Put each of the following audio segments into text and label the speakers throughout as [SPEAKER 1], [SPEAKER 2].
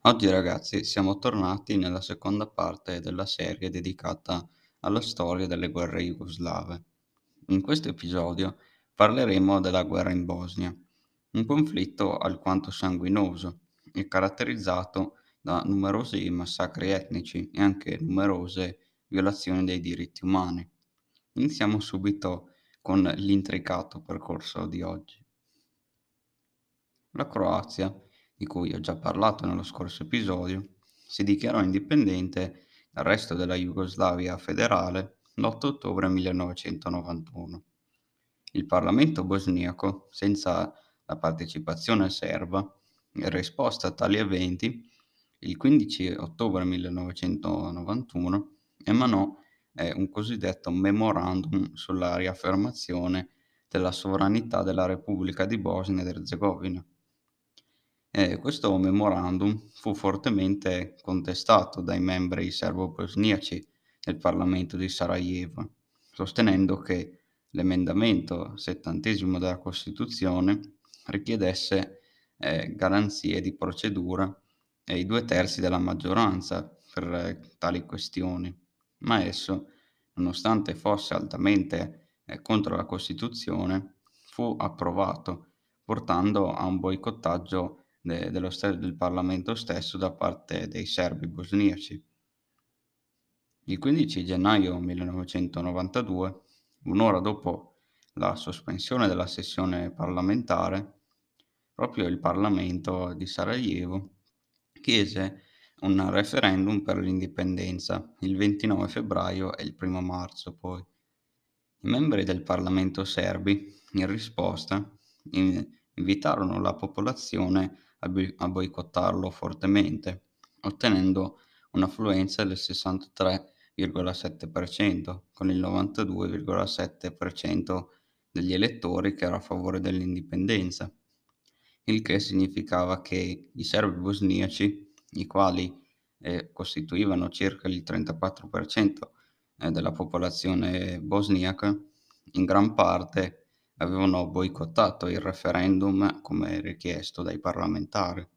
[SPEAKER 1] Oggi ragazzi siamo tornati nella seconda parte della serie dedicata alla storia delle guerre jugoslave. In questo episodio parleremo della guerra in Bosnia, un conflitto alquanto sanguinoso e caratterizzato da numerosi massacri etnici e anche numerose violazioni dei diritti umani. Iniziamo subito con l'intricato percorso di oggi. La Croazia, di cui ho già parlato nello scorso episodio, si dichiarò indipendente dal resto della Jugoslavia federale l'8 ottobre 1991. Il Parlamento bosniaco, senza la partecipazione serba, in risposta a tali eventi, il 15 ottobre 1991 emanò un cosiddetto memorandum sulla riaffermazione della sovranità della Repubblica di Bosnia ed Erzegovina. Questo memorandum fu fortemente contestato dai membri serbo-bosniaci del Parlamento di Sarajevo, sostenendo che l'emendamento settantesimo della Costituzione richiedesse garanzie di procedura e i 2/3 della maggioranza per tali questioni, ma esso, nonostante fosse altamente contro la Costituzione, fu approvato, portando a un boicottaggio del Parlamento stesso da parte dei serbi bosniaci. Il 15 gennaio 1992, un'ora dopo la sospensione della sessione parlamentare, proprio il Parlamento di Sarajevo chiese un referendum per l'indipendenza il 29 febbraio e il 1° marzo poi. I membri del Parlamento serbi, in risposta, invitarono la popolazione a boicottarlo fortemente, ottenendo un'affluenza del 63,7%, con il 92,7% degli elettori che era a favore dell'indipendenza, il che significava che i serbi bosniaci, i quali costituivano circa il 34% della popolazione bosniaca, in gran parte avevano boicottato il referendum come richiesto dai parlamentari.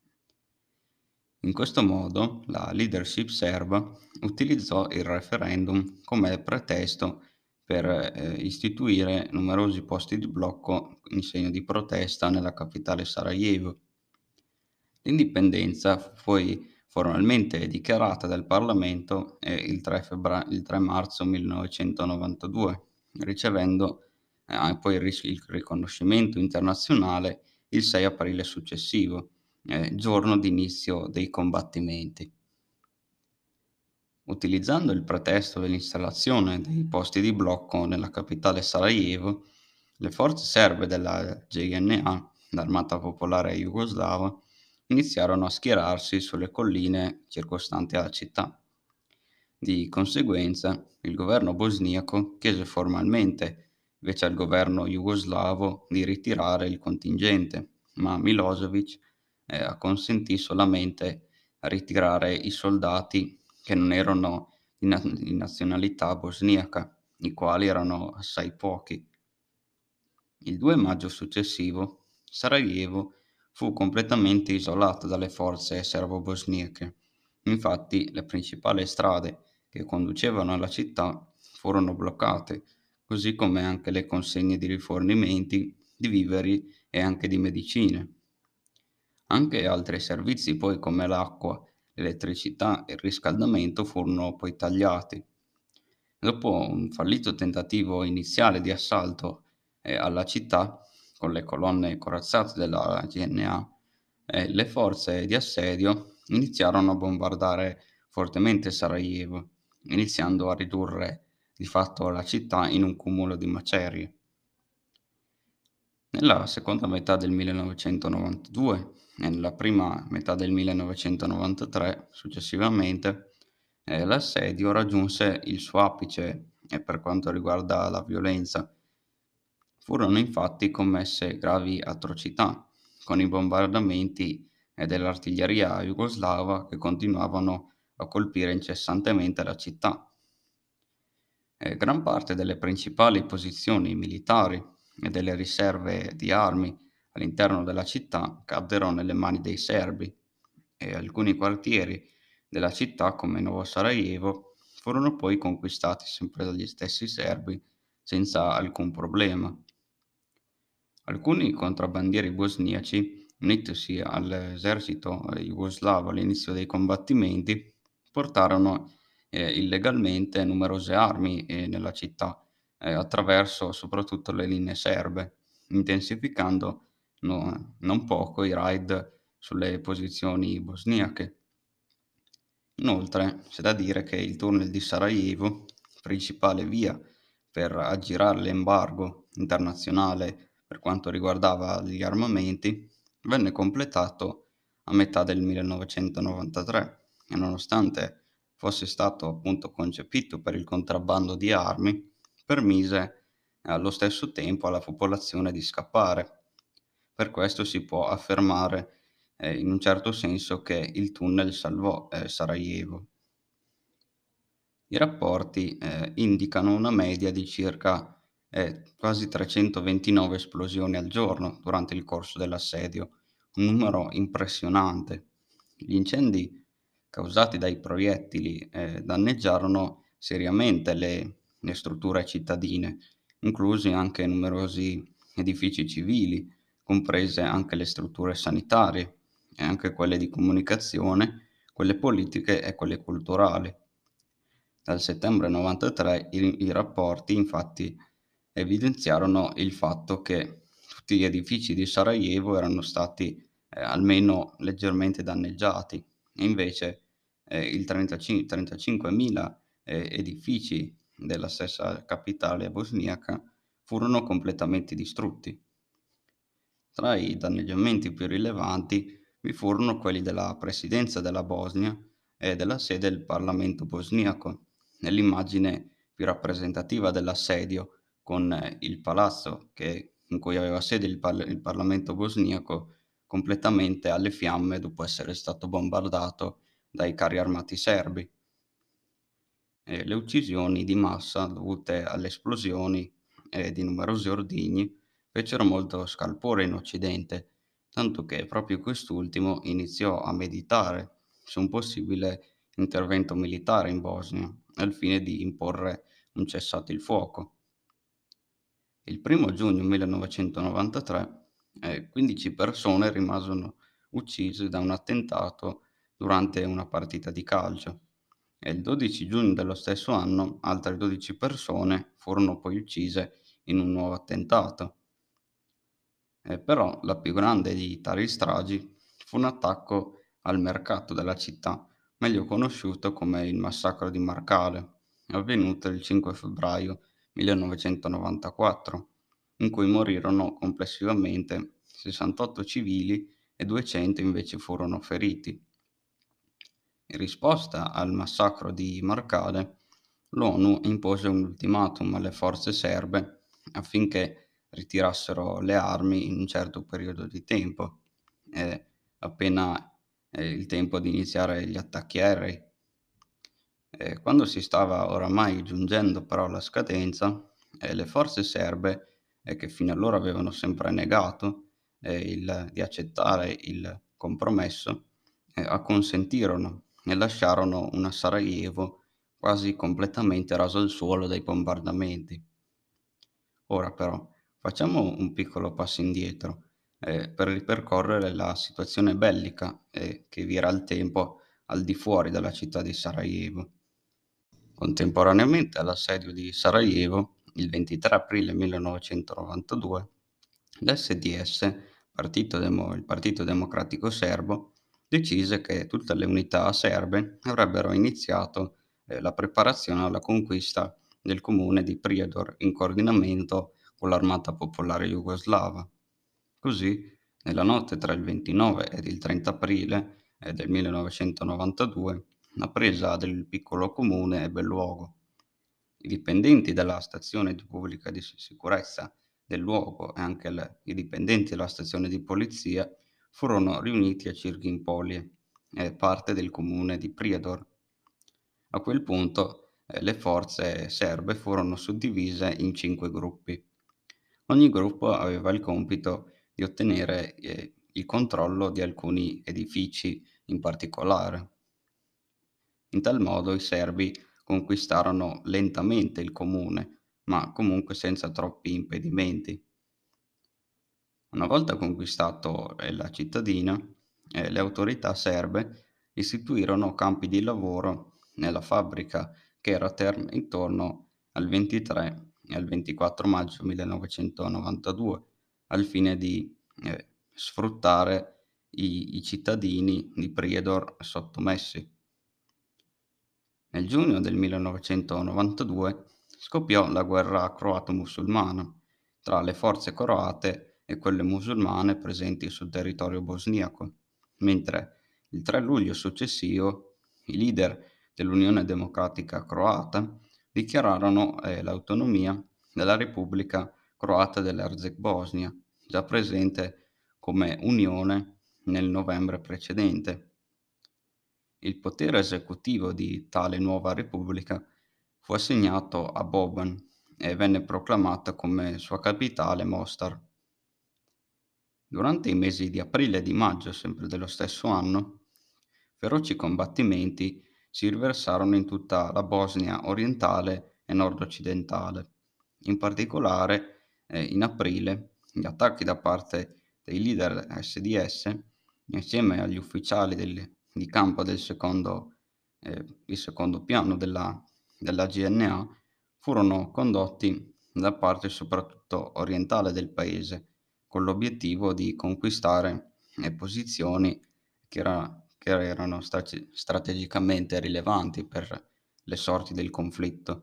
[SPEAKER 1] In questo modo la leadership serba utilizzò il referendum come pretesto per istituire numerosi posti di blocco in segno di protesta nella capitale Sarajevo. L'indipendenza fu poi formalmente dichiarata dal Parlamento il 3 marzo 1992, ricevendo poi il riconoscimento internazionale il 6 aprile successivo, giorno d'inizio dei combattimenti. Utilizzando il pretesto dell'installazione dei posti di blocco nella capitale Sarajevo, le forze serbe della JNA, l'Armata Popolare Jugoslava, iniziarono a schierarsi sulle colline circostanti alla città. Di conseguenza, il governo bosniaco chiese formalmente invece al governo jugoslavo di ritirare il contingente, ma Milosevic acconsentì solamente a ritirare i soldati che non erano di nazionalità bosniaca, i quali erano assai pochi. Il 2 maggio successivo, Sarajevo fu completamente isolata dalle forze serbo-bosniache. Infatti, le principali strade che conducevano alla città furono bloccate, così come anche le consegne di rifornimenti, di viveri e anche di medicine. Anche altri servizi poi come l'acqua, l'elettricità e il riscaldamento furono poi tagliati. Dopo un fallito tentativo iniziale di assalto alla città con le colonne corazzate della GNA, le forze di assedio iniziarono a bombardare fortemente Sarajevo, iniziando a ridurre di fatto la città in un cumulo di macerie. Nella seconda metà del 1992 e nella prima metà del 1993, successivamente, l'assedio raggiunse il suo apice per quanto riguarda la violenza. Furono infatti commesse gravi atrocità, con i bombardamenti dell'artiglieria jugoslava che continuavano a colpire incessantemente la città. Gran parte delle principali posizioni militari e delle riserve di armi all'interno della città caddero nelle mani dei serbi. e alcuni quartieri della città, come Novo Sarajevo, furono poi conquistati sempre dagli stessi serbi senza alcun problema. Alcuni contrabbandieri bosniaci, unitosi all'esercito jugoslavo all'inizio dei combattimenti, portarono illegalmente numerose armi nella città, attraverso soprattutto le linee serbe, intensificando non poco i raid sulle posizioni bosniache. Inoltre, c'è da dire che il tunnel di Sarajevo, principale via per aggirare l'embargo internazionale per quanto riguardava gli armamenti, venne completato a metà del 1993 e nonostante fosse stato appunto concepito per il contrabbando di armi, permise allo stesso tempo alla popolazione di scappare. Per questo si può affermare in un certo senso che il tunnel salvò Sarajevo. I rapporti indicano una media di circa quasi 329 esplosioni al giorno durante il corso dell'assedio, un numero impressionante. Gli incendi causati dai proiettili danneggiarono seriamente le strutture cittadine, inclusi anche numerosi edifici civili, comprese anche le strutture sanitarie e anche quelle di comunicazione, quelle politiche e quelle culturali. Dal settembre 93 i rapporti infatti evidenziarono il fatto che tutti gli edifici di Sarajevo erano stati almeno leggermente danneggiati e invece il 35.000 edifici della stessa capitale bosniaca furono completamente distrutti. Tra i danneggiamenti più rilevanti vi furono quelli della presidenza della Bosnia e della sede del Parlamento bosniaco. Nell'immagine più rappresentativa dell'assedio, con il palazzo in cui aveva sede il Parlamento bosniaco completamente alle fiamme dopo essere stato bombardato dai carri armati serbi. Le uccisioni di massa dovute alle esplosioni di numerosi ordigni fecero molto scalpore in Occidente, tanto che proprio quest'ultimo iniziò a meditare su un possibile intervento militare in Bosnia, al fine di imporre un cessate il fuoco. Il 1° giugno 1993, 15 persone rimasero uccise da un attentato durante una partita di calcio e il 12 giugno dello stesso anno altre 12 persone furono poi uccise in un nuovo attentato. Però la più grande di tali stragi fu un attacco al mercato della città, meglio conosciuto come il massacro di Marcale, avvenuto il 5 febbraio 1994, in cui morirono complessivamente 68 civili e 200 invece furono feriti. In risposta al massacro di Marcale, l'ONU impose un ultimatum alle forze serbe affinché ritirassero le armi in un certo periodo di tempo, appena il tempo di iniziare gli attacchi aerei. Quando si stava oramai giungendo però alla scadenza, le forze serbe, che fino allora avevano sempre negato di accettare il compromesso, acconsentirono e lasciarono una Sarajevo quasi completamente raso al suolo dai bombardamenti. Ora però facciamo un piccolo passo indietro, per ripercorrere la situazione bellica, che vi era al tempo al di fuori della città di Sarajevo. Contemporaneamente all'assedio di Sarajevo, il 23 aprile 1992, l'SDS, il Partito Democratico Serbo, decise che tutte le unità serbe avrebbero iniziato la preparazione alla conquista del comune di Prijedor in coordinamento con l'Armata Popolare Jugoslava. Così, nella notte tra il 29 ed il 30 aprile del 1992, la presa del piccolo comune ebbe luogo. I dipendenti della stazione di pubblica di sicurezza del luogo e anche i dipendenti della stazione di polizia furono riuniti a Cirghimpolje, parte del comune di Prijedor. A quel punto le forze serbe furono suddivise in 5 gruppi. Ogni gruppo aveva il compito di ottenere il controllo di alcuni edifici in particolare. In tal modo i serbi conquistarono lentamente il comune, ma comunque senza troppi impedimenti. Una volta conquistato, la cittadina, le autorità serbe istituirono campi di lavoro nella fabbrica che era a Terme intorno al 23 e al 24 maggio 1992, al fine di, sfruttare i cittadini di Prijedor sottomessi. Nel giugno del 1992 scoppiò la guerra croato-musulmana tra le forze croate e quelle musulmane presenti sul territorio bosniaco, mentre il 3 luglio successivo i leader dell'Unione Democratica Croata dichiararono l'autonomia della Repubblica Croata dell'Erzegovina, già presente come unione nel novembre precedente. Il potere esecutivo di tale nuova repubblica fu assegnato a Boban e venne proclamata come sua capitale Mostar. Durante i mesi di aprile e di maggio, sempre dello stesso anno, feroci combattimenti si riversarono in tutta la Bosnia orientale e nord-occidentale. In particolare, in aprile, gli attacchi da parte dei leader SDS, insieme agli ufficiali di campo il secondo piano della GNA, furono condotti da parte soprattutto orientale del paese, con l'obiettivo di conquistare posizioni che erano strategicamente rilevanti per le sorti del conflitto.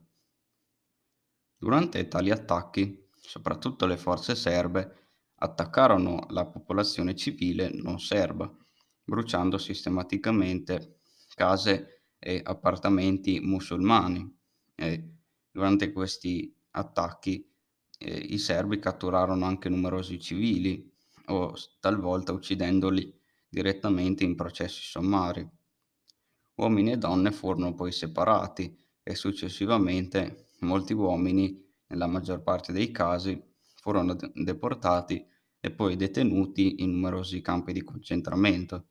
[SPEAKER 1] Durante tali attacchi, soprattutto le forze serbe attaccarono la popolazione civile non serba, bruciando sistematicamente case e appartamenti musulmani. E durante questi attacchi i serbi catturarono anche numerosi civili o talvolta uccidendoli direttamente in processi sommari. Uomini e donne furono poi separati e successivamente molti uomini, nella maggior parte dei casi, furono deportati e poi detenuti in numerosi campi di concentramento.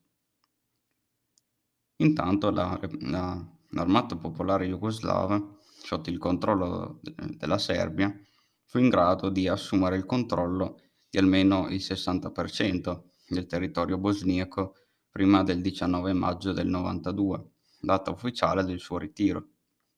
[SPEAKER 1] Intanto l'armata popolare jugoslava, sotto il controllo della Serbia, fu in grado di assumere il controllo di almeno il 60% del territorio bosniaco prima del 19 maggio del 92, data ufficiale del suo ritiro.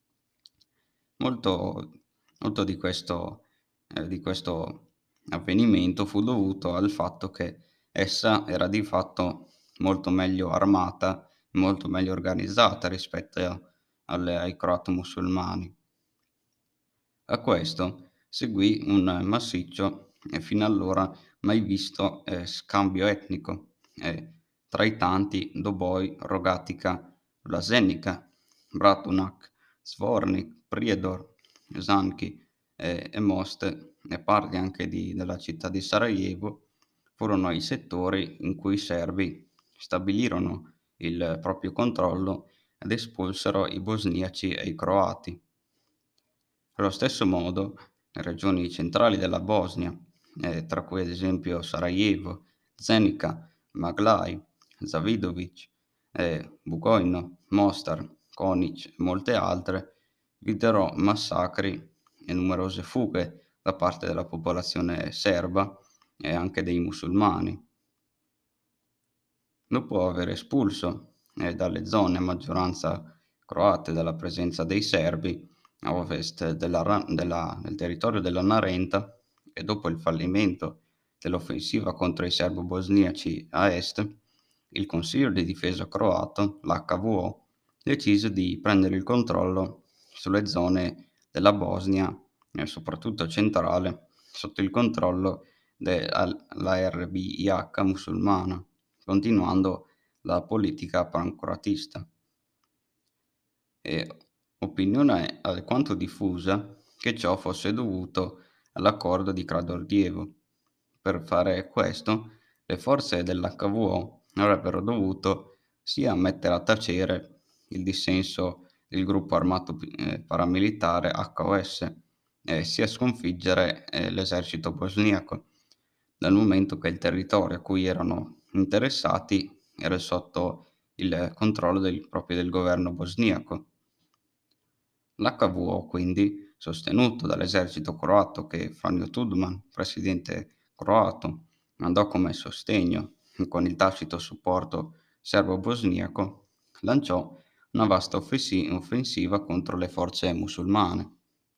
[SPEAKER 1] Molto, molto di questo avvenimento fu dovuto al fatto che essa era di fatto molto meglio armata, molto meglio organizzata rispetto ai croato-musulmani. A questo seguì un massiccio e fino allora mai visto scambio etnico tra i tanti Doboj, Rogatica, Vlasenica, Bratunac, Zvornik, Prijedor, Zanki e Most e parti anche della città di Sarajevo furono i settori in cui i serbi stabilirono il proprio controllo ed espulsero i bosniaci e i croati. Allo stesso modo, le regioni centrali della Bosnia, tra cui ad esempio Sarajevo, Zenica, Maglaj, Zavidovic, Bugojno, Mostar, Konić e molte altre, videro massacri e numerose fughe da parte della popolazione serba e anche dei musulmani. Dopo aver espulso dalle zone a maggioranza croate dalla presenza dei serbi a ovest del territorio della Narenta e dopo il fallimento dell'offensiva contro i serbo-bosniaci a est, il Consiglio di difesa croato, l'HVO, decise di prendere il controllo sulle zone della Bosnia, soprattutto centrale, sotto il controllo dell'ARBIH musulmana, continuando la politica pancroatista. È opinione alquanto diffusa che ciò fosse dovuto all'accordo di Kradordievo. Per fare questo, le forze dell'HVO avrebbero dovuto sia mettere a tacere il dissenso del gruppo armato paramilitare HOS, sia sconfiggere l'esercito bosniaco, dal momento che il territorio a cui erano interessati era sotto il controllo proprio del governo bosniaco. L'HVO quindi, sostenuto dall'esercito croato che Franjo Tudjman, presidente croato, mandò come sostegno, con il tacito supporto serbo-bosniaco, lanciò una vasta offensiva contro le forze musulmane.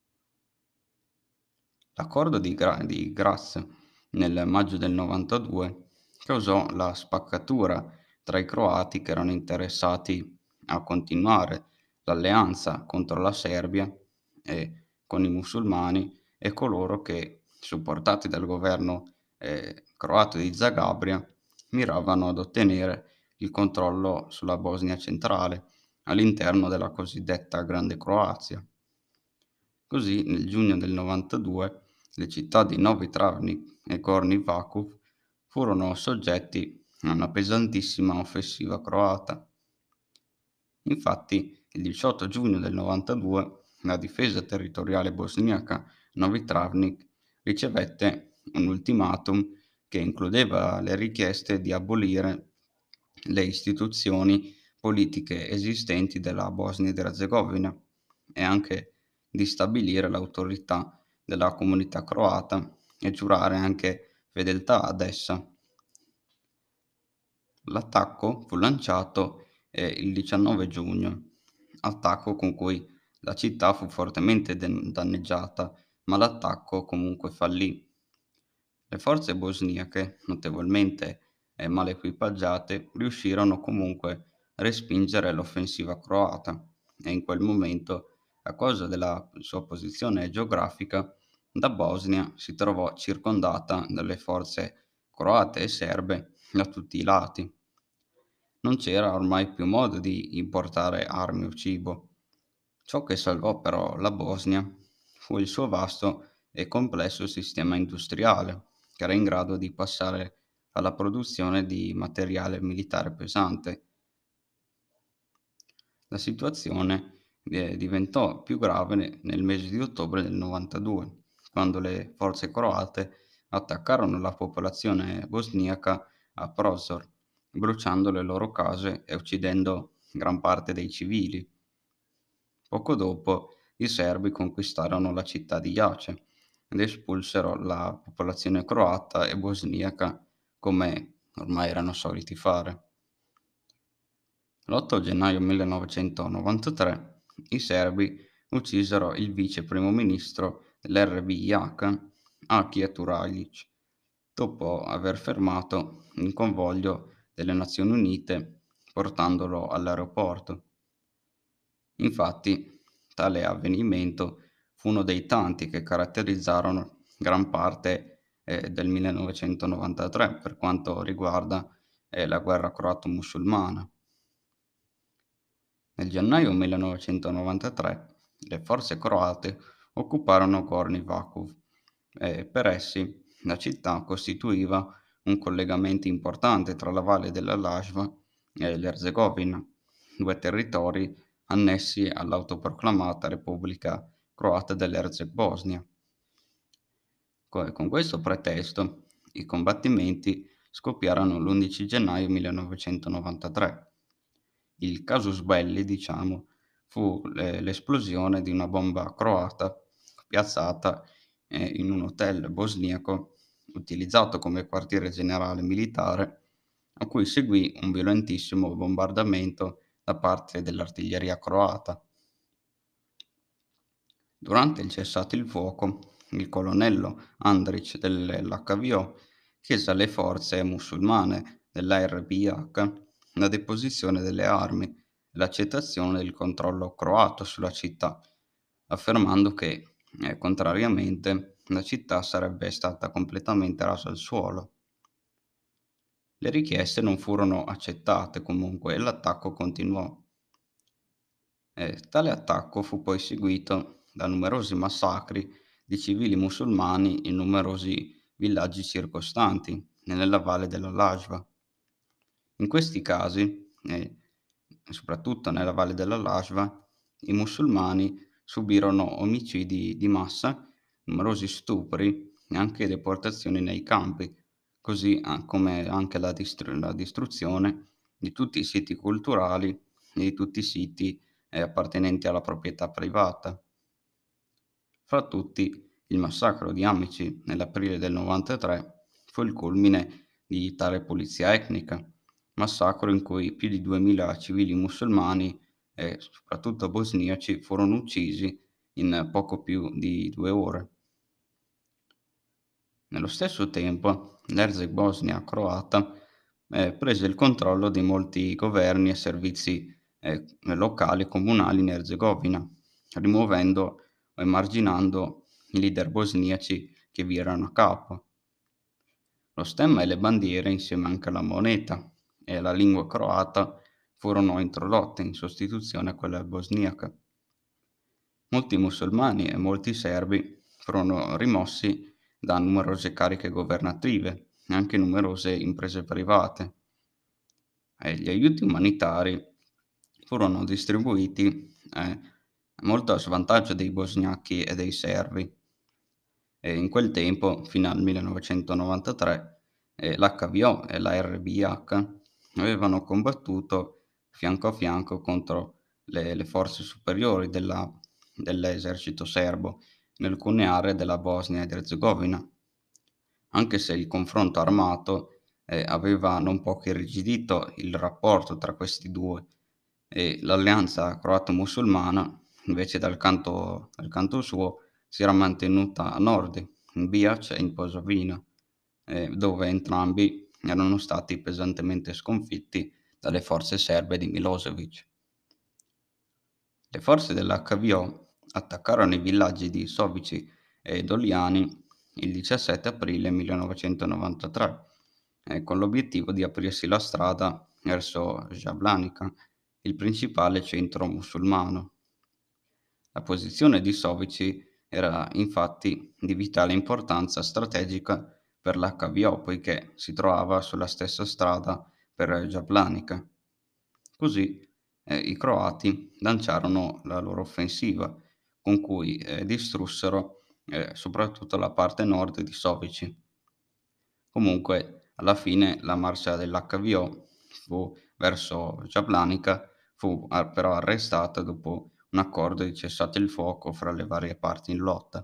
[SPEAKER 1] L'accordo di Graz nel maggio del 92 causò la spaccatura tra i croati che erano interessati a continuare l'alleanza contro la Serbia e con i musulmani e coloro che, supportati dal governo croato di Zagabria, miravano ad ottenere il controllo sulla Bosnia centrale all'interno della cosiddetta Grande Croazia. Così, nel giugno del 92, le città di Novi Travnik e Gornji Vakuf furono soggetti a una pesantissima offensiva croata. Infatti, il 18 giugno del 92, la difesa territoriale bosniaca Novi Travnik ricevette un ultimatum che includeva le richieste di abolire le istituzioni politiche esistenti della Bosnia ed Erzegovina e anche di stabilire l'autorità della comunità croata e giurare anche fedeltà ad essa. L'attacco fu lanciato il 19 giugno, attacco con cui la città fu fortemente danneggiata, ma l'attacco comunque fallì. Le forze bosniache, notevolmente mal equipaggiate, riuscirono comunque a respingere l'offensiva croata e in quel momento, a causa della sua posizione geografica, la Bosnia si trovò circondata dalle forze croate e serbe da tutti i lati. Non c'era ormai più modo di importare armi o cibo. Ciò che salvò però la Bosnia fu il suo vasto e complesso sistema industriale, che era in grado di passare alla produzione di materiale militare pesante. La situazione diventò più grave nel mese di ottobre del 92, quando le forze croate attaccarono la popolazione bosniaca a Prozor, bruciando le loro case e uccidendo gran parte dei civili. Poco dopo i serbi conquistarono la città di Jace ed espulsero la popolazione croata e bosniaca come ormai erano soliti fare. L'8 gennaio 1993 i serbi uccisero il vice primo ministro dell'RBJ, Akija Turaljic, dopo aver fermato un convoglio delle Nazioni Unite portandolo all'aeroporto. Infatti, tale avvenimento fu uno dei tanti che caratterizzarono gran parte del 1993 per quanto riguarda la guerra croato-musulmana. Nel gennaio 1993 le forze croate occuparono Gornji Vakuf e per essi la città costituiva un collegamento importante tra la valle della Lajva e l'Erzegovina, due territori annessi all'autoproclamata Repubblica Croata dell'Erzegbosnia. Con questo pretesto i combattimenti scoppiarono l'11 gennaio 1993. Il casus belli, diciamo, fu l'esplosione di una bomba croata piazzata in un hotel bosniaco utilizzato come quartiere generale militare, a cui seguì un violentissimo bombardamento da parte dell'artiglieria croata. Durante il cessate il fuoco, il colonnello Andrić dell'HVO chiese alle forze musulmane dell'ARBH la deposizione delle armi e l'accettazione del controllo croato sulla città, affermando che, contrariamente, la città sarebbe stata completamente rasa al suolo. Le richieste non furono accettate comunque e l'attacco continuò. Tale attacco fu poi seguito da numerosi massacri di civili musulmani in numerosi villaggi circostanti nella valle della Lajva. In questi casi, soprattutto nella valle della Lajva, i musulmani subirono omicidi di massa, numerosi stupri e anche deportazioni nei campi, così come anche la distruzione di tutti i siti culturali e di tutti i siti appartenenti alla proprietà privata. Fra tutti, il massacro di Amici nell'aprile del 93 fu il culmine di tale pulizia etnica, massacro in cui più di 2000 civili musulmani e soprattutto bosniaci furono uccisi in poco più di 2 ore. Nello stesso tempo, l'Erze Bosnia croata prese il controllo di molti governi e servizi locali e comunali in Erzegovina, rimuovendo o emarginando i leader bosniaci che vi erano a capo. Lo stemma e le bandiere, insieme anche alla moneta e la lingua croata, furono introdotte in sostituzione a quella bosniaca. Molti musulmani e molti serbi furono rimossi da numerose cariche governative e anche numerose imprese private, e gli aiuti umanitari furono distribuiti molto a svantaggio dei bosgnacchi e dei serbi. E in quel tempo, fino al 1993, l'HVO e la RBH avevano combattuto fianco a fianco contro le forze superiori dell'esercito serbo in alcune aree della Bosnia ed Erzegovina, anche se il confronto armato aveva non poco irrigidito il rapporto tra questi due, e l'alleanza croato-musulmana, invece dal canto suo, si era mantenuta a nord, in Bihac e in Posavina, dove entrambi erano stati pesantemente sconfitti dalle forze serbe di Milosevic. Le forze dell'HVO attaccarono i villaggi di Sovici e Doliani il 17 aprile 1993, con l'obiettivo di aprirsi la strada verso Jablanica, il principale centro musulmano. La posizione di Sovici era infatti di vitale importanza strategica per l'HVO, poiché si trovava sulla stessa strada per Jablanica. Così i croati lanciarono la loro offensiva, con cui distrussero soprattutto la parte nord di Sovici. Comunque, alla fine, la marcia dell'HVO verso Jablanica fu però arrestata dopo un accordo di cessate il fuoco fra le varie parti in lotta.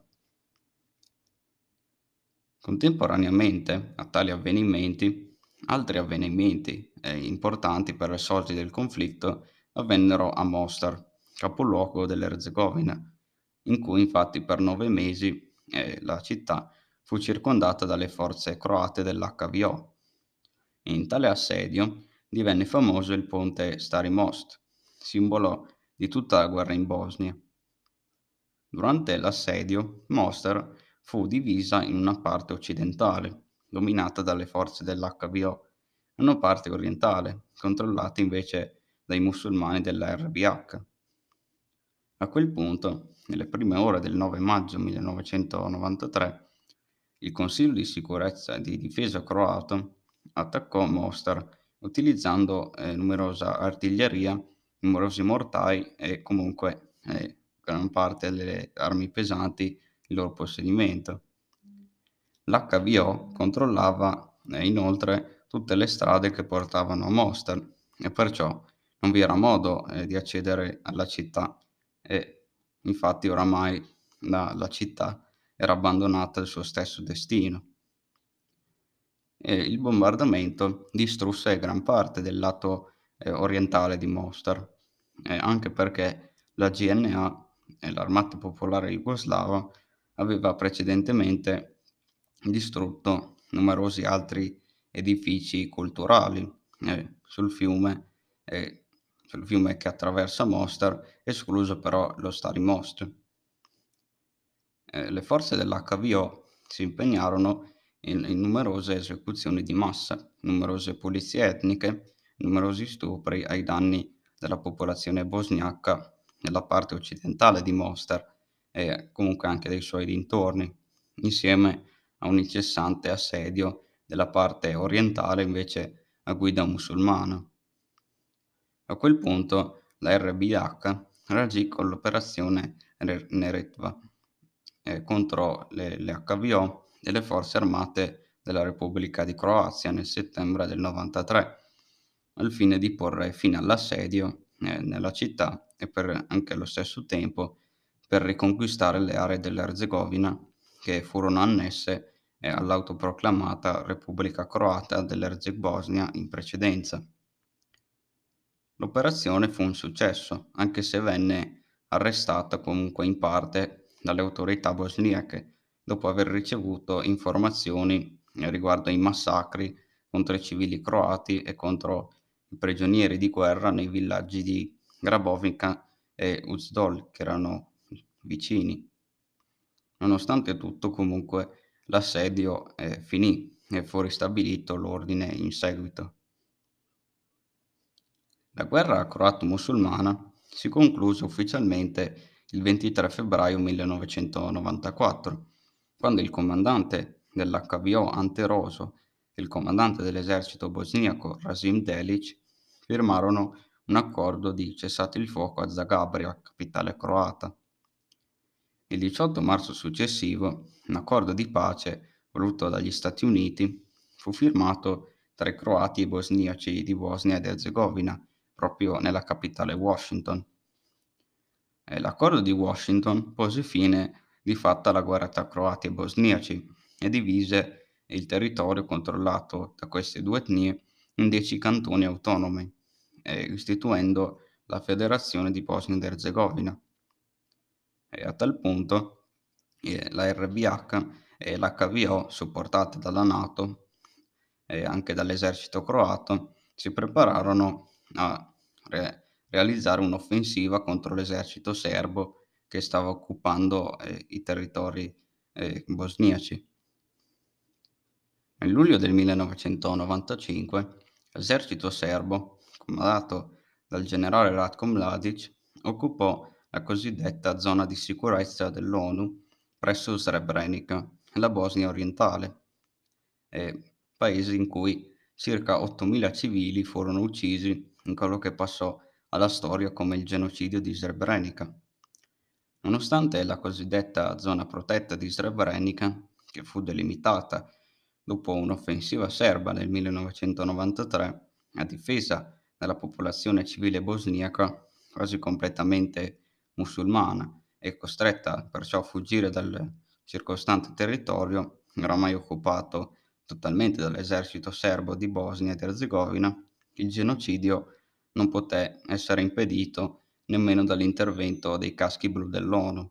[SPEAKER 1] Contemporaneamente a tali avvenimenti, altri avvenimenti importanti per le sorti del conflitto avvennero a Mostar, capoluogo dell'Erzegovina, in cui infatti per 9 mesi la città fu circondata dalle forze croate dell'HVO. In tale assedio divenne famoso il ponte Stari Most, simbolo di tutta la guerra in Bosnia. Durante l'assedio, Mostar fu divisa in una parte occidentale, dominata dalle forze dell'HVO, e una parte orientale, controllata invece dai musulmani della RBH. A quel punto, nelle prime ore del 9 maggio 1993, il Consiglio di sicurezza e di difesa croato attaccò Mostar utilizzando numerosa artiglieria, numerosi mortai e comunque gran parte delle armi pesanti in loro possedimento. L'HVO controllava inoltre tutte le strade che portavano a Mostar, e perciò non vi era modo di accedere alla città, e infatti oramai la città era abbandonata al suo stesso destino. Il bombardamento distrusse gran parte del lato orientale di Mostar, anche perché la GNA, l'Armata Popolare Jugoslava, aveva precedentemente distrutto numerosi altri edifici culturali sul fiume, che attraversa Mostar, escluso però lo Stari Most. Le forze dell'HVO si impegnarono in numerose esecuzioni di massa, numerose pulizie etniche, numerosi stupri ai danni della popolazione bosniaca nella parte occidentale di Mostar e comunque anche dei suoi dintorni, insieme a un incessante assedio della parte orientale invece a guida musulmana. A quel punto la RBH reagì con l'operazione Neretva contro le HVO e le forze armate della Repubblica di Croazia nel settembre del 93, al fine di porre fine all'assedio, nella città e per anche allo stesso tempo per riconquistare le aree dell'Erzegovina che furono annesse, all'autoproclamata Repubblica Croata dell'Erzegovina in precedenza. L'operazione fu un successo, anche se venne arrestata comunque in parte dalle autorità bosniache, dopo aver ricevuto informazioni riguardo ai massacri contro i civili croati e contro i prigionieri di guerra nei villaggi di Grabovnica e Uzdol, che erano vicini. Nonostante tutto, comunque, l'assedio finì e fu ristabilito l'ordine in seguito. La guerra croato-musulmana si concluse ufficialmente il 23 febbraio 1994, quando il comandante dell'HVO Ante Roso e il comandante dell'esercito bosniaco Rasim Delic firmarono un accordo di cessate il fuoco a Zagabria, capitale croata. Il 18 marzo successivo, un accordo di pace voluto dagli Stati Uniti fu firmato tra i croati e i bosniaci di Bosnia ed Erzegovina, proprio nella capitale Washington. L'accordo di Washington pose fine di fatto alla guerra tra croati e bosniaci e divise il territorio controllato da queste due etnie in 10 cantoni autonomi, istituendo la Federazione di Bosnia ed Erzegovina. E a tal punto la RBH e l'HVO, supportate dalla NATO e anche dall'esercito croato, si prepararono a realizzare un'offensiva contro l'esercito serbo che stava occupando i territori bosniaci. Nel luglio del 1995 l'esercito serbo, comandato dal generale Ratko Mladic, occupò la cosiddetta zona di sicurezza dell'ONU presso Srebrenica, la Bosnia orientale, paese in cui circa 8.000 civili furono uccisi in quello che passò alla storia come il genocidio di Srebrenica. Nonostante la cosiddetta zona protetta di Srebrenica, che fu delimitata dopo un'offensiva serba nel 1993, a difesa della popolazione civile bosniaca, quasi completamente musulmana e costretta perciò a fuggire dal circostante territorio, oramai occupato totalmente dall'esercito serbo di Bosnia ed Erzegovina, il genocidio non poté essere impedito nemmeno dall'intervento dei caschi blu dell'ONU.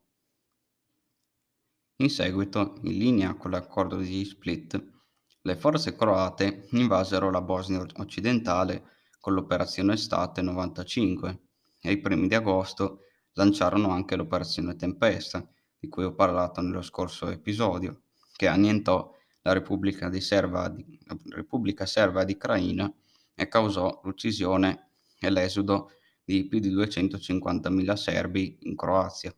[SPEAKER 1] In seguito, in linea con l'accordo di Split, le forze croate invasero la Bosnia occidentale con l'operazione Estate 95 e ai primi di agosto lanciarono anche l'operazione Tempesta, di cui ho parlato nello scorso episodio, che annientò la Repubblica Serba di Krajina e causò l'uccisione e l'esodo di più di 250.000 serbi in Croazia.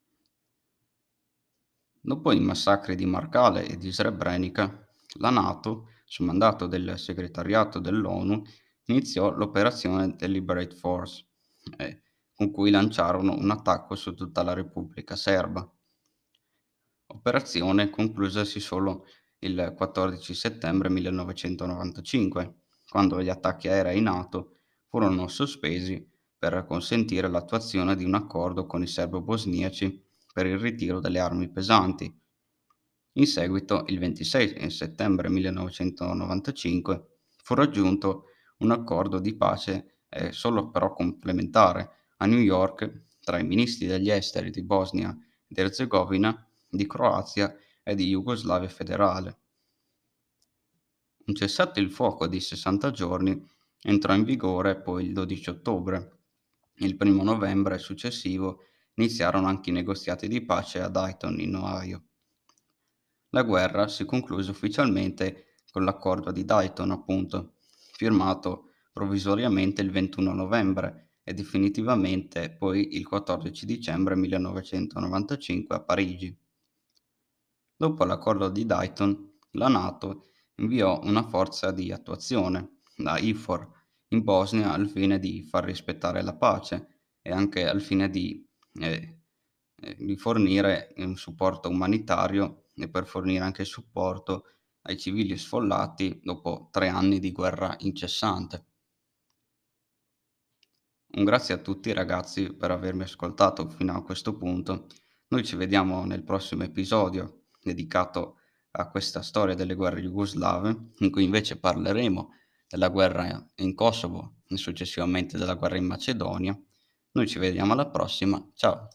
[SPEAKER 1] Dopo i massacri di Markale e di Srebrenica, la NATO, su mandato del segretariato dell'ONU, iniziò l'operazione Deliberate Force, con cui lanciarono un attacco su tutta la Repubblica Serba. Operazione conclusasi solo il 14 settembre 1995, quando gli attacchi aerei NATO furono sospesi per consentire l'attuazione di un accordo con i serbo-bosniaci per il ritiro delle armi pesanti. In seguito, il 26 settembre 1995, fu raggiunto un accordo di pace, solo però complementare, a New York tra i ministri degli esteri di Bosnia ed Erzegovina, di Croazia e di Jugoslavia federale. Un cessate il fuoco di 60 giorni entrò in vigore poi il 12 ottobre. Il 1 novembre successivo iniziarono anche i negoziati di pace a Dayton, in Ohio. La guerra si concluse ufficialmente con l'accordo di Dayton, appunto, firmato provvisoriamente il 21 novembre e definitivamente poi il 14 dicembre 1995 a Parigi. Dopo l'accordo di Dayton, la NATO inviò una forza di attuazione, la IFOR, in Bosnia al fine di far rispettare la pace e anche al fine di fornire un supporto umanitario e per fornire anche supporto ai civili sfollati dopo 3 anni di guerra incessante. Un grazie a tutti ragazzi per avermi ascoltato fino a questo punto. Noi ci vediamo nel prossimo episodio dedicato a questa storia delle guerre jugoslave, in cui invece parleremo della guerra in Kosovo e successivamente della guerra in Macedonia. Noi ci vediamo alla prossima. Ciao.